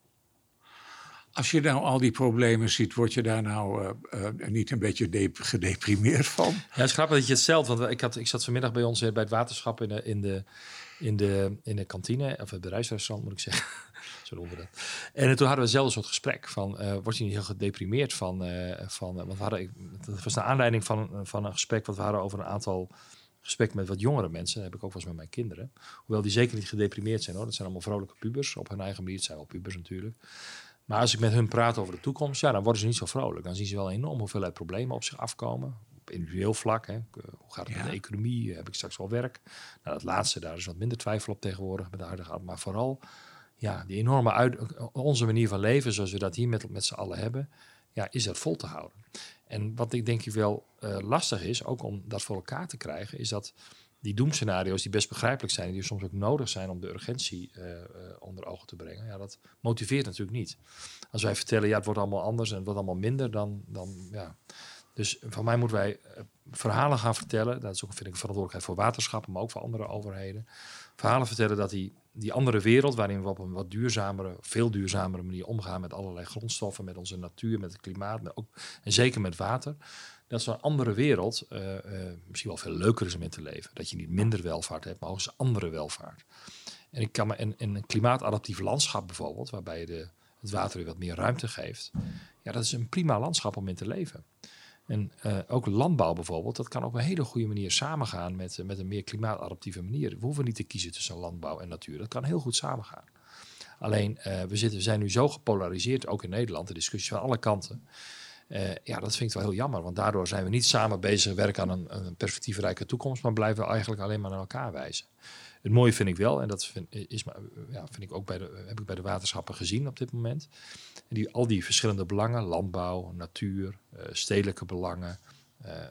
Als je nou al die problemen ziet, word je daar nou uh, uh, niet een beetje de- gedeprimeerd van? Ja, het is grappig dat je het stelt. Want ik, had, ik zat vanmiddag bij ons bij het waterschap in de, in de, in de, in de kantine. Of het bedrijfsrestaurant moet ik zeggen. Zo noemen we dat. En toen hadden we zelf een soort gesprek van, uh, word je niet heel gedeprimeerd van... Uh, van uh, want we hadden, dat was naar aanleiding van, van een gesprek wat we hadden over een aantal... gesprek met wat jongere mensen, dat heb ik ook wel eens met mijn kinderen. Hoewel die zeker niet gedeprimeerd zijn hoor. Dat zijn allemaal vrolijke pubers op hun eigen manier. Het zijn wel pubers natuurlijk. Maar als ik met hun praat over de toekomst, ja, dan worden ze niet zo vrolijk. Dan zien ze wel een enorm hoeveelheid problemen op zich afkomen. Op individueel vlak. Hè. Hoe gaat het ja. met de economie? Heb ik straks wel werk? Nou, dat laatste, daar is wat minder twijfel op tegenwoordig met de huidige. Maar vooral, ja, die enorme uit, onze manier van leven, zoals we dat hier met, met z'n allen hebben, ja, is dat vol te houden. En wat ik denk ik wel uh, lastig is, ook om dat voor elkaar te krijgen, is dat die doemscenario's die best begrijpelijk zijn, die soms ook nodig zijn om de urgentie uh, uh, onder ogen te brengen, ja, dat motiveert natuurlijk niet. Als wij vertellen, ja, het wordt allemaal anders en het wordt allemaal minder, dan, dan ja. Dus van mij moeten wij uh, verhalen gaan vertellen. Dat is ook, vind ik, een verantwoordelijkheid voor waterschappen, maar ook voor andere overheden. Verhalen vertellen dat die, die andere wereld, waarin we op een wat duurzamere, veel duurzamere manier omgaan met allerlei grondstoffen, met onze natuur, met het klimaat, met ook, en zeker met water, dat zo'n andere wereld uh, uh, misschien wel veel leuker is om in te leven. Dat je niet minder welvaart hebt, maar ook eens andere welvaart. En ik kan me in, in een klimaatadaptief landschap bijvoorbeeld, waarbij je de, het water weer wat meer ruimte geeft, ja, dat is een prima landschap om in te leven. En uh, ook landbouw bijvoorbeeld, dat kan op een hele goede manier samengaan met, uh, met een meer klimaatadaptieve manier. We hoeven niet te kiezen tussen landbouw en natuur. Dat kan heel goed samengaan. Alleen, uh, we, zitten, we zijn nu zo gepolariseerd, ook in Nederland, de discussies van alle kanten. Uh, ja, dat vind ik wel heel jammer, want daardoor zijn we niet samen bezig werken aan een, een perspectiefrijke toekomst, maar blijven we eigenlijk alleen maar naar elkaar wijzen. Het mooie vind ik wel, en dat vind, is, ja, vind ik ook bij de, heb ik bij de waterschappen gezien op dit moment. En die, al die verschillende belangen, landbouw, natuur, uh, stedelijke belangen, uh, uh,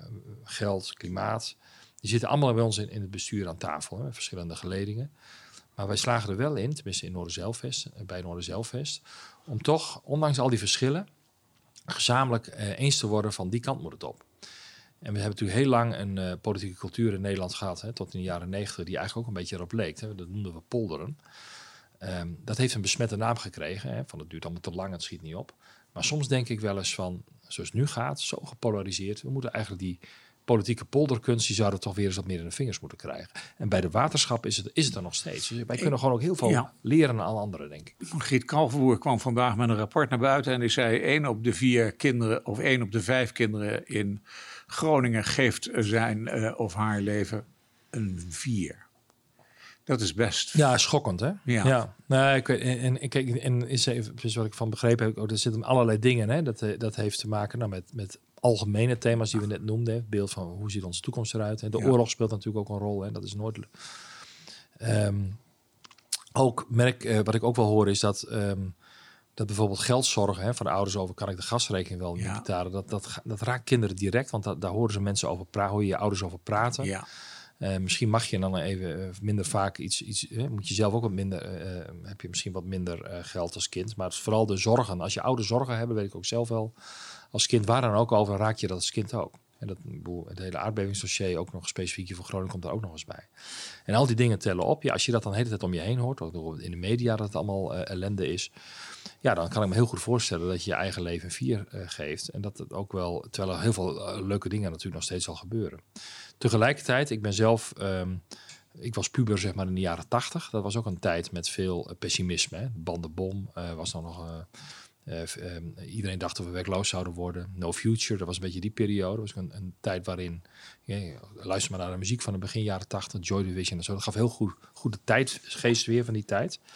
geld, klimaat, die zitten allemaal bij ons in, in het bestuur aan tafel, hè, verschillende geledingen. Maar wij slagen er wel in, tenminste in Noorderzeilvest, bij Noorderzeilvest, om toch, ondanks al die verschillen, gezamenlijk uh, eens te worden van die kant moet het op. En we hebben natuurlijk heel lang een uh, politieke cultuur in Nederland gehad, hè, tot in de jaren negentig, die eigenlijk ook een beetje erop leek. Hè. Dat noemden we polderen. Um, dat heeft een besmette naam gekregen, hè, van het duurt allemaal te lang, het schiet niet op. Maar soms denk ik wel eens van, zoals het nu gaat, zo gepolariseerd, we moeten eigenlijk die politieke polderkunst, die zouden toch weer eens wat meer in de vingers moeten krijgen. En bij de waterschap is het, is het er nog steeds. Dus wij kunnen gewoon ook heel veel ja. leren aan anderen, denk ik. Giet Kalverboer kwam vandaag met een rapport naar buiten en die zei, één op de vier kinderen of één op de vijf kinderen in Groningen geeft zijn uh, of haar leven een vier. Dat is best... Ja, schokkend, hè? Ja. ja. Nou, ik, en, en, kijk, en is even, dus wat ik van begrepen heb, oh, er zitten allerlei dingen, hè? Dat, dat heeft te maken nou, met, met algemene thema's die we net noemden. Het beeld van hoe ziet onze toekomst eruit. Hè? De ja. oorlog speelt natuurlijk ook een rol, hè? Dat is nooit... Um, ook merk, uh, wat ik ook wel hoor, is dat... Um, dat bijvoorbeeld geldzorgen, hè, van de ouders over, kan ik de gasrekening wel niet ja. betalen. Dat, dat, dat raakt kinderen direct, want dat, daar horen ze mensen over praten, hoor je je ouders over praten. Ja. Uh, misschien mag je dan even uh, minder vaak iets, iets hè, moet je zelf ook wat minder, uh, heb je misschien wat minder uh, geld als kind. Maar het is vooral de zorgen. Als je ouders zorgen hebben, weet ik ook zelf wel, als kind waar dan ook over, raak je dat als kind ook. En dat, het hele aardbevingsdossier, ook nog specifiek voor Groningen, komt daar ook nog eens bij. En al die dingen tellen op. Ja, als je dat dan de hele tijd om je heen hoort, ook in de media dat het allemaal uh, ellende is, ja, dan kan ik me heel goed voorstellen dat je je eigen leven vier uh, geeft. En dat het ook wel, terwijl er heel veel uh, leuke dingen natuurlijk nog steeds zal gebeuren. Tegelijkertijd, ik ben zelf, um, ik was puber zeg maar in de jaren tachtig. Dat was ook een tijd met veel uh, pessimisme. Hè. Bandenbom uh, was dan nog... Uh, Uh, um, iedereen dacht dat we werkloos zouden worden. No Future, dat was een beetje die periode. Dat was een, een tijd waarin... Ja, luister maar naar de muziek van de begin jaren tachtig. Joy Division en zo. Dat gaf heel goed, goed de tijdgeest weer van die tijd.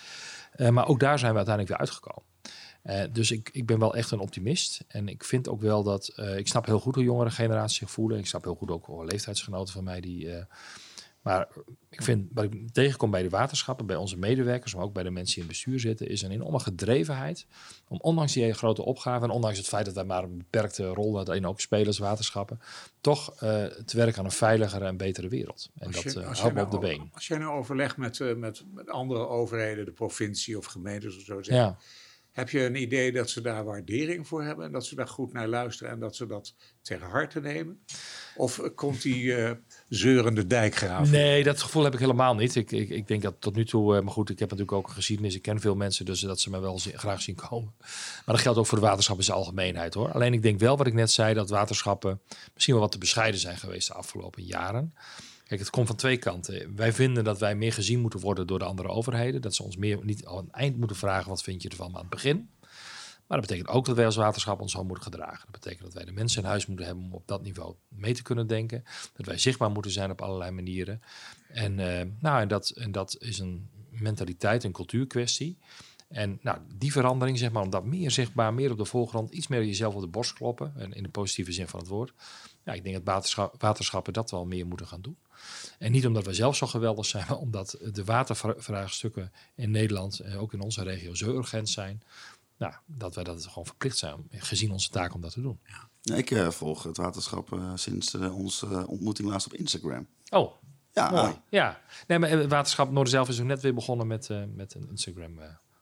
Uh, maar ook daar zijn we uiteindelijk weer uitgekomen. Uh, dus ik, ik ben wel echt een optimist. En ik vind ook wel dat... Uh, ik snap heel goed hoe jongere generaties zich voelen. Ik snap heel goed ook hoe leeftijdsgenoten van mij die... Uh, maar ik vind, wat ik tegenkom bij de waterschappen, bij onze medewerkers, maar ook bij de mensen die in het bestuur zitten, is een enorme gedrevenheid om ondanks die grote opgave en ondanks het feit dat wij maar een beperkte rol daarin ook spelen als waterschappen, toch uh, te werken aan een veiligere en betere wereld. En als dat uh, houdt me op de been. Als jij nou overlegt met, uh, met, met andere overheden, de provincie of gemeentes of zo zeggen, ja. Heb je een idee dat ze daar waardering voor hebben en dat ze daar goed naar luisteren en dat ze dat ter harte nemen? Of komt die uh, zeurende dijkgraaf? Nee, dat gevoel heb ik helemaal niet. Ik, ik, ik denk dat tot nu toe, uh, maar goed, ik heb natuurlijk ook een geschiedenis. Ik ken veel mensen, dus dat ze me wel zi- graag zien komen. Maar dat geldt ook voor de waterschappen in zijn algemeenheid, hoor. Alleen ik denk wel, wat ik net zei, dat waterschappen misschien wel wat te bescheiden zijn geweest de afgelopen jaren. Kijk, het komt van twee kanten. Wij vinden dat wij meer gezien moeten worden door de andere overheden. Dat ze ons meer niet al aan het eind moeten vragen, wat vind je ervan, maar aan het begin. Maar dat betekent ook dat wij als waterschap ons zo moeten gedragen. Dat betekent dat wij de mensen in huis moeten hebben om op dat niveau mee te kunnen denken. Dat wij zichtbaar moeten zijn op allerlei manieren. En, uh, nou, en, dat, en dat is een mentaliteit, een cultuurkwestie. En nou, die verandering, zeg maar, om dat meer zichtbaar, meer op de voorgrond, iets meer jezelf op de borst kloppen. En in de positieve zin van het woord. Ja, ik denk dat waterschap, waterschappen dat wel meer moeten gaan doen. En niet omdat wij zelf zo geweldig zijn, maar omdat de watervraagstukken in Nederland, ook in onze regio, zo urgent zijn. Nou, dat wij dat gewoon verplicht zijn, gezien onze taak om dat te doen. Ja. Ja, ik uh, volg het waterschap uh, sinds uh, onze uh, ontmoeting laatst op Instagram. Oh, ja, mooi. Ja. Nee, maar het waterschap Noorderzelf is ook net weer begonnen met, uh, met een Instagram uh,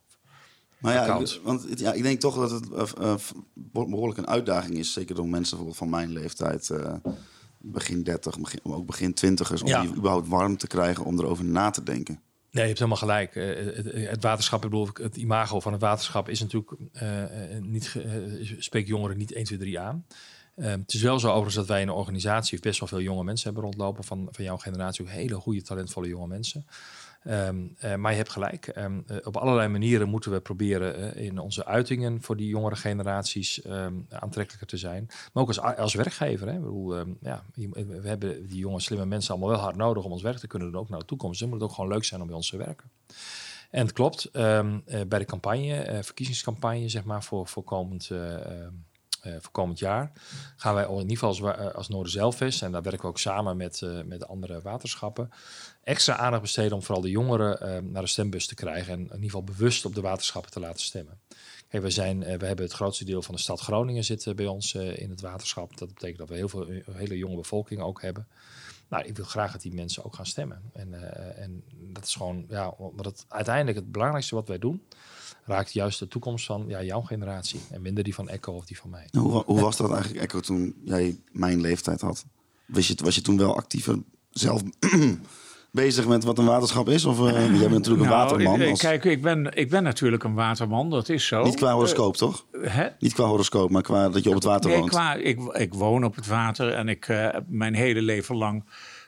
maar ja, account. ik, want ja, ik denk toch dat het uh, uh, behoorlijk een uitdaging is, zeker door mensen van mijn leeftijd, uh, begin dertig, begin, ook begin twintigers, om ja. die überhaupt warm te krijgen om erover na te denken. Nee, je hebt helemaal gelijk. Uh, het, het waterschap, ik bedoel, het imago van het waterschap is natuurlijk uh, niet, uh, spreekt jongeren niet één, twee, drie aan. Uh, het is wel zo overigens dat wij in een organisatie best wel veel jonge mensen hebben rondlopen van, van jouw generatie, ook hele goede, talentvolle jonge mensen. Um, uh, maar je hebt gelijk. Um, uh, op allerlei manieren moeten we proberen uh, in onze uitingen voor die jongere generaties um, aantrekkelijker te zijn. Maar ook als, als werkgever. Hè. Ik bedoel, um, ja, we hebben die jonge, slimme mensen allemaal wel hard nodig om ons werk te kunnen doen, ook naar de toekomst. Dus het moet ook gewoon leuk zijn om bij ons te werken. En het klopt, um, uh, bij de campagne, uh, verkiezingscampagne, zeg maar, voor, voor komend... Uh, Uh, voor komend jaar gaan wij in ieder geval als, uh, als Noorderzeilvest, en daar werken we ook samen met, uh, met andere waterschappen, extra aandacht besteden om vooral de jongeren uh, naar de stembus te krijgen en in ieder geval bewust op de waterschappen te laten stemmen. Kijk, we, zijn, uh, we hebben het grootste deel van de stad Groningen zitten bij ons uh, in het waterschap. Dat betekent dat we heel veel uh, hele jonge bevolking ook hebben. Nou, ik wil graag dat die mensen ook gaan stemmen. En, uh, en dat is gewoon, ja, omdat het uiteindelijk het belangrijkste wat wij doen, raakt juist de toekomst van ja, jouw generatie en minder die van Echo of die van mij. Hoe, hoe was dat eigenlijk, Echo, toen jij mijn leeftijd had? Was je, was je toen wel actiever zelf bezig met wat een waterschap is? Of uh, jij bent natuurlijk een nou, waterman. Ik, als... Kijk, ik ben, ik ben natuurlijk een waterman, dat is zo. Niet qua horoscoop, uh, toch? Hè? Niet qua horoscoop, maar qua dat je op het water nee, woont. Qua, ik, ik woon op het water en ik uh, heb mijn hele leven lang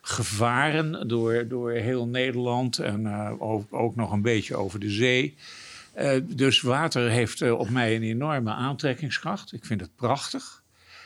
gevaren door, door heel Nederland en uh, ook, ook nog een beetje over de zee. Uh, dus water heeft uh, op mij een enorme aantrekkingskracht. Ik vind het prachtig.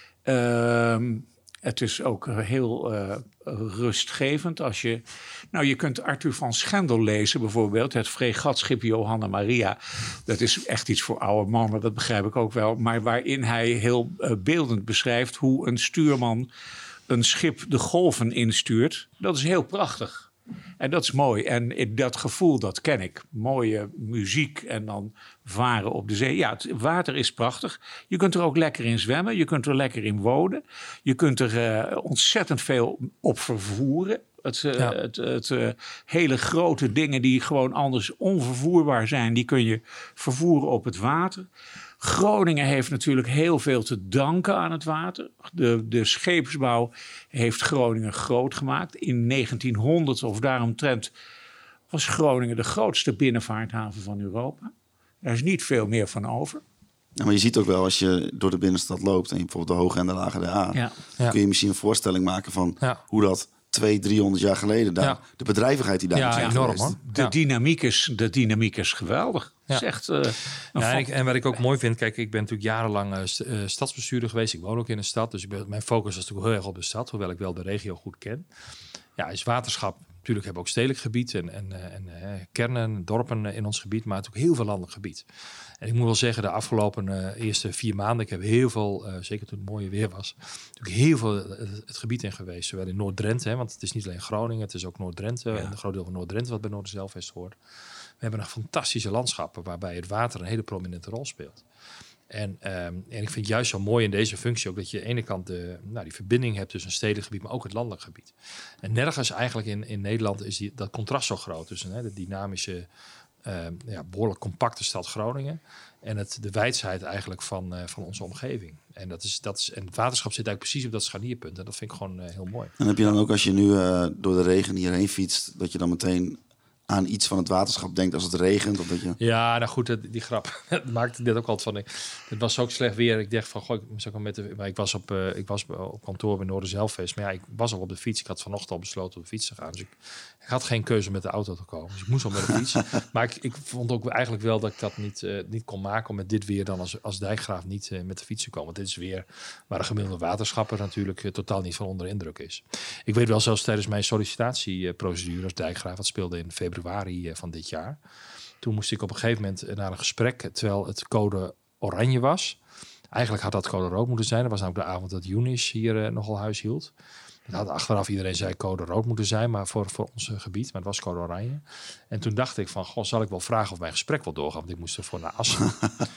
Uh, het is ook heel uh, rustgevend als je... Nou, je kunt Arthur van Schendel lezen bijvoorbeeld. Het fregatschip Johanna Maria. Dat is echt iets voor oude mannen, dat begrijp ik ook wel. Maar waarin hij heel uh, beeldend beschrijft hoe een stuurman een schip de golven instuurt. Dat is heel prachtig. En dat is mooi. En dat gevoel, dat ken ik. Mooie muziek en dan varen op de zee. Ja, het water is prachtig. Je kunt er ook lekker in zwemmen. Je kunt er lekker in wonen. Je kunt er uh, ontzettend veel op vervoeren. Het, uh, ja. het, het uh, hele grote dingen die gewoon anders onvervoerbaar zijn, die kun je vervoeren op het water. Groningen heeft natuurlijk heel veel te danken aan het water. De, de scheepsbouw heeft Groningen groot gemaakt. In negentienhonderd of daaromtrent was Groningen de grootste binnenvaarthaven van Europa. Daar is niet veel meer van over. Ja, maar je ziet ook wel als je door de binnenstad loopt en je bijvoorbeeld de Hoge en de Lage de A, ja. Ja. kun je misschien een voorstelling maken van ja. hoe dat tweehonderd, driehonderd jaar geleden daar, ja. de bedrijvigheid die daar ja, is enorm, hoor. De, ja. dynamiek is, de dynamiek is geweldig. Ja. Is echt, uh, ja, en, ik, en wat ik ook mooi vind, kijk, ik ben natuurlijk jarenlang uh, st- uh, stadsbestuurder geweest. Ik woon ook in een stad, dus ik ben, mijn focus is natuurlijk heel erg op de stad, hoewel ik wel de regio goed ken. Ja, is waterschap Natuurlijk hebben we ook stedelijk gebied en, en, uh, en uh, kernen, dorpen in ons gebied, maar natuurlijk heel veel landelijk gebied. En ik moet wel zeggen, de afgelopen uh, eerste vier maanden, ik heb heel veel, uh, zeker toen het mooie weer was, natuurlijk heel veel het, het gebied in geweest. Zowel in Noord-Drenthe, hè, want het is niet alleen Groningen, het is ook Noord-Drenthe, ja. een groot deel van Noord-Drenthe wat bij Noorderzijlvest hoort. We hebben nog fantastische landschappen waarbij het water een hele prominente rol speelt. En, um, en ik vind het juist zo mooi in deze functie ook dat je aan de ene kant de, nou, die verbinding hebt tussen een stedelijk gebied, maar ook het landelijk gebied. En nergens eigenlijk in, in Nederland is die, dat contrast zo groot tussen hè, de dynamische, uh, ja, behoorlijk compacte stad Groningen en het, de wijsheid eigenlijk van, uh, van onze omgeving. En, dat is, dat is, en het waterschap zit eigenlijk precies op dat scharnierpunt en dat vind ik gewoon uh, heel mooi. En heb je dan ook als je nu uh, door de regen hierheen fietst, dat je dan meteen aan iets van het waterschap denkt als het regent? Of dat je... Ja, nou goed, die grap maakte dit ook altijd van. Het was ook slecht weer. Ik dacht van, goh, ik moest ook met de, maar ik was op, uh, ik was op kantoor bij Noorderzijlvest. Maar ja, ik was al op de fiets. Ik had vanochtend al besloten op de fiets te gaan. Dus ik, ik had geen keuze met de auto te komen. Dus ik moest al met de fiets. Maar ik, ik vond ook eigenlijk wel dat ik dat niet, uh, niet kon maken om met dit weer dan als, als dijkgraaf niet uh, met de fiets te komen. Want dit is weer waar de gemiddelde waterschapper natuurlijk uh, totaal niet van onder indruk is. Ik weet wel zelfs tijdens mijn sollicitatieprocedure als dijkgraaf, dat speelde in februari uh, van dit jaar. Toen moest ik op een gegeven moment naar een gesprek, terwijl het code oranje was. Eigenlijk had dat code rood moeten zijn. Dat was namelijk de avond dat Younis hier uh, nogal huis hield. Dat had achteraf iedereen zei code rood moeten zijn, maar voor, voor ons uh, gebied. Maar het was code oranje. En toen dacht ik van, goh, zal ik wel vragen of mijn gesprek wel doorgaan? Want ik moest ervoor naar Assen.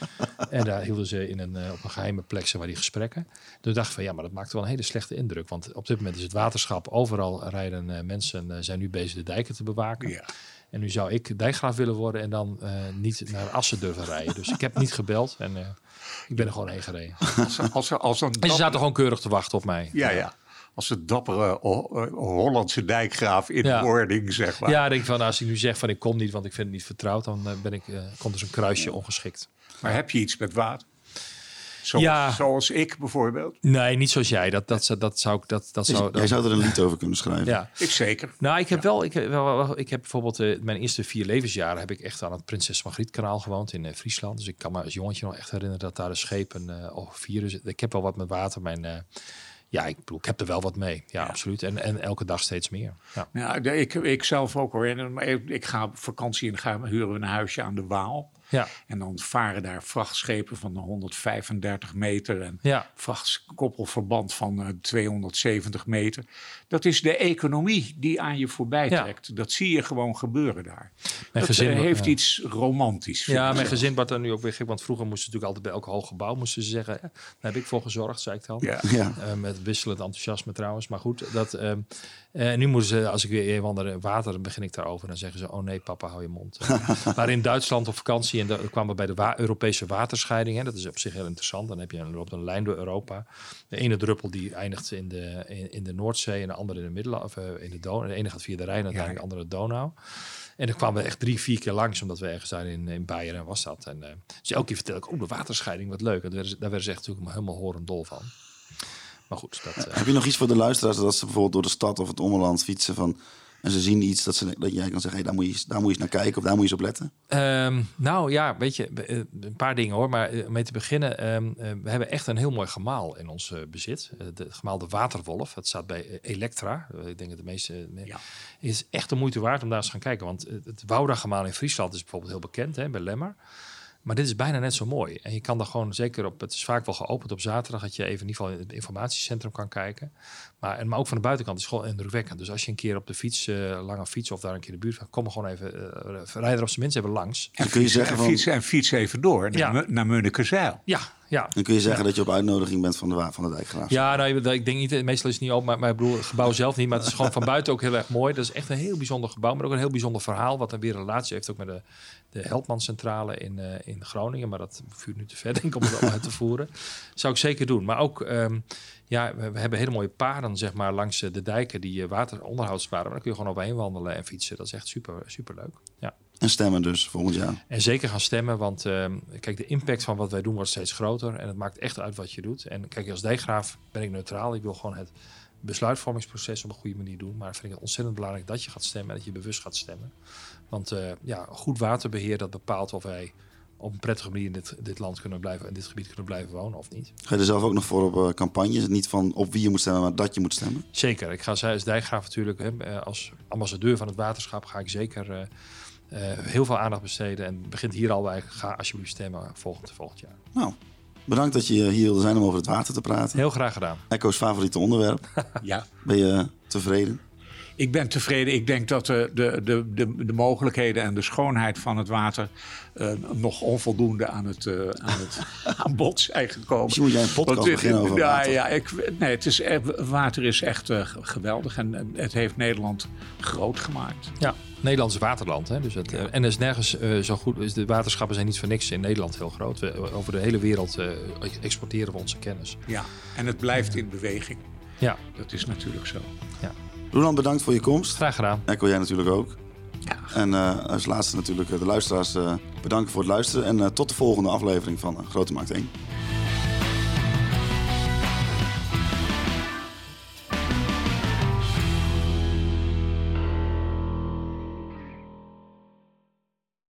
En daar hielden ze in een, uh, op een geheime plek waar die gesprekken. Toen dacht ik van, ja, maar dat maakte wel een hele slechte indruk. Want op dit moment is het waterschap. Overal rijden uh, mensen, uh, zijn nu bezig de dijken te bewaken. Ja. En nu zou ik dijkgraaf willen worden en dan uh, niet naar Assen durven rijden. Dus ik heb niet gebeld en uh, ik ben er gewoon heen gereden. Als, als, als een en ze zaten gewoon keurig te wachten op mij. Ja, ja. Als een dappere uh, Hollandse dijkgraaf in ja. wording, zeg maar. Ja, ik denk van, als ik nu zeg van ik kom niet, want ik vind het niet vertrouwd, dan uh, ben ik, uh, komt dus een kruisje ongeschikt. Maar heb je iets met water? Zoals, ja. zoals ik bijvoorbeeld? Nee, niet zoals jij. Dat, dat, dat zou ik. Dat, dat dus zou, jij dat, zou er een lied over kunnen schrijven. Ja. Ik zeker. Nou, ik heb ja. wel. Ik heb, wel, ik heb bijvoorbeeld uh, mijn eerste vier levensjaren heb ik echt aan het Prinses Margrietkanaal gewoond in uh, Friesland. Dus ik kan me als jongetje nog echt herinneren dat daar de schepen uh, of vieren. Ik heb wel wat met water. Mijn uh, ja, ik bedoel, ik heb er wel wat mee. Ja, ja. absoluut. En, en elke dag steeds meer. Ja, ja ik, ik zelf ook hoor. Ik, ik ga op vakantie en ga huren we een huisje aan de Waal. Ja. En dan varen daar vrachtschepen van honderdvijfendertig meter en ja. vrachtkoppelverband van uh, tweehonderdzeventig meter. Dat is de economie die aan je voorbij trekt. Ja. Dat zie je gewoon gebeuren daar. Mijn dat gezin, uh, heeft ja. iets romantisch. Ja, mijn gezin wordt er nu ook weer gek. Want vroeger moesten ze natuurlijk altijd bij elk hoog gebouw moesten ze zeggen, ja, daar heb ik voor gezorgd, zei ik dan. Ja. Ja. Uh, met wisselend enthousiasme trouwens. Maar goed, dat, uh, uh, nu moeten ze, als ik weer een ander water, dan begin ik daarover. Dan zeggen ze, oh nee papa, hou je mond. Maar in Duitsland op vakantie en dan kwamen we bij de wa- Europese waterscheiding. Hè. Dat is op zich heel interessant. Dan heb je een, loopt een lijn door Europa. De ene druppel die eindigt in de, in, in de Noordzee en de andere in de Middel- of uh, in de Donau. De ene gaat via de Rijn en ja, de andere de Donau. En dan kwamen we echt drie, vier keer langs, omdat we ergens daar in, in Beieren was dat. En uh, dus elke keer vertel ik, oh de waterscheiding, wat leuk. En daar werden ze echt natuurlijk helemaal horendol van. Maar goed. Dat, uh... Heb je nog iets voor de luisteraars dat ze bijvoorbeeld door de stad of het ommeland fietsen van en ze zien iets dat, ze, dat jij kan zeggen, hey, daar, moet je, daar moet je eens naar kijken of daar moet je eens op letten? Um, nou ja, weet je, een paar dingen hoor. Maar om mee te beginnen, um, uh, we hebben echt een heel mooi gemaal in ons uh, bezit. Uh, de gemaal de Waterwolf, dat staat bij uh, Elektra. Uh, ik denk dat de meeste... Uh, ja. is echt de moeite waard om daar eens te gaan kijken. Want uh, het Wouda-gemaal in Friesland is bijvoorbeeld heel bekend, hè, bij Lemmer. Maar dit is bijna net zo mooi. En je kan daar gewoon zeker op... Het is vaak wel geopend op zaterdag... dat je even in ieder geval in het informatiecentrum kan kijken. Maar, en, maar ook van de buitenkant is het gewoon indrukwekkend. Dus als je een keer op de fiets, uh, lange fiets... of daar een keer in de buurt gaat... kom er gewoon even... Uh, rijden er op zijn minst even langs. En, kun je zeggen van... fiets, en fiets even door naar, ja. naar Munnekezijl. Ja, ja. Dan kun je zeggen ja. dat je op uitnodiging bent van de, van de dijkgraaf. Ja, nou, ik denk niet... Meestal is het niet open, maar, maar ik bedoel, het gebouw zelf niet. Maar het is gewoon van buiten ook heel erg mooi. Dat is echt een heel bijzonder gebouw. Maar ook een heel bijzonder verhaal... wat dan weer een relatie heeft ook met de... de Helpmancentrale in, uh, in Groningen. Maar dat vuurt nu te ver, denk ik, om het allemaal uit te voeren. Zou ik zeker doen. Maar ook, um, ja, we, we hebben hele mooie paden, zeg maar, langs uh, de dijken, die uh, wateronderhoudspaden. Maar dan kun je gewoon overheen wandelen en fietsen. Dat is echt super, super leuk. Ja. En stemmen dus, volgend jaar. En zeker gaan stemmen, want uh, kijk, de impact van wat wij doen wordt steeds groter. En het maakt echt uit wat je doet. En kijk, als dijkgraaf ben ik neutraal. Ik wil gewoon het besluitvormingsproces op een goede manier doen. Maar vind ik het ontzettend belangrijk dat je gaat stemmen en dat je bewust gaat stemmen. Want uh, ja, goed waterbeheer, dat bepaalt of wij op een prettige manier in dit, dit land kunnen blijven, in dit gebied kunnen blijven wonen of niet. Ga je er zelf ook nog voor op uh, campagne? Is het niet van op wie je moet stemmen, maar dat je moet stemmen? Zeker. Ik ga als Dijkgraaf natuurlijk, hè, als ambassadeur van het waterschap, ga ik zeker uh, uh, heel veel aandacht besteden. En het begint hier al bij, ga alsjeblieft stemmen volgend, volgend jaar. Nou, bedankt dat je hier wilde zijn om over het water te praten. Heel graag gedaan. Echo's favoriete onderwerp. Ja. Ben je tevreden? Ik ben tevreden. Ik denk dat de, de, de, de, de mogelijkheden en de schoonheid van het water uh, nog onvoldoende aan het, uh, aan het aan bod zijn gekomen. Misschien moet jij een podcast Want, beginnen over ja, water. Ja, ik, nee, het is, water is echt uh, geweldig en het heeft Nederland groot gemaakt. Ja, Nederlands waterland. Hè? Dus het, uh, en er is nergens uh, zo goed. Dus de waterschappen zijn niet voor niks in Nederland heel groot. We, over de hele wereld uh, exporteren we onze kennis. Ja, en het blijft ja. in beweging. Ja. Dat is natuurlijk zo. Ja. Roland, bedankt voor je komst. Graag gedaan. Echo, jij natuurlijk ook. Ja. En uh, als laatste natuurlijk de luisteraars uh, bedanken voor het luisteren. En uh, tot de volgende aflevering van uh, Grote Markt één.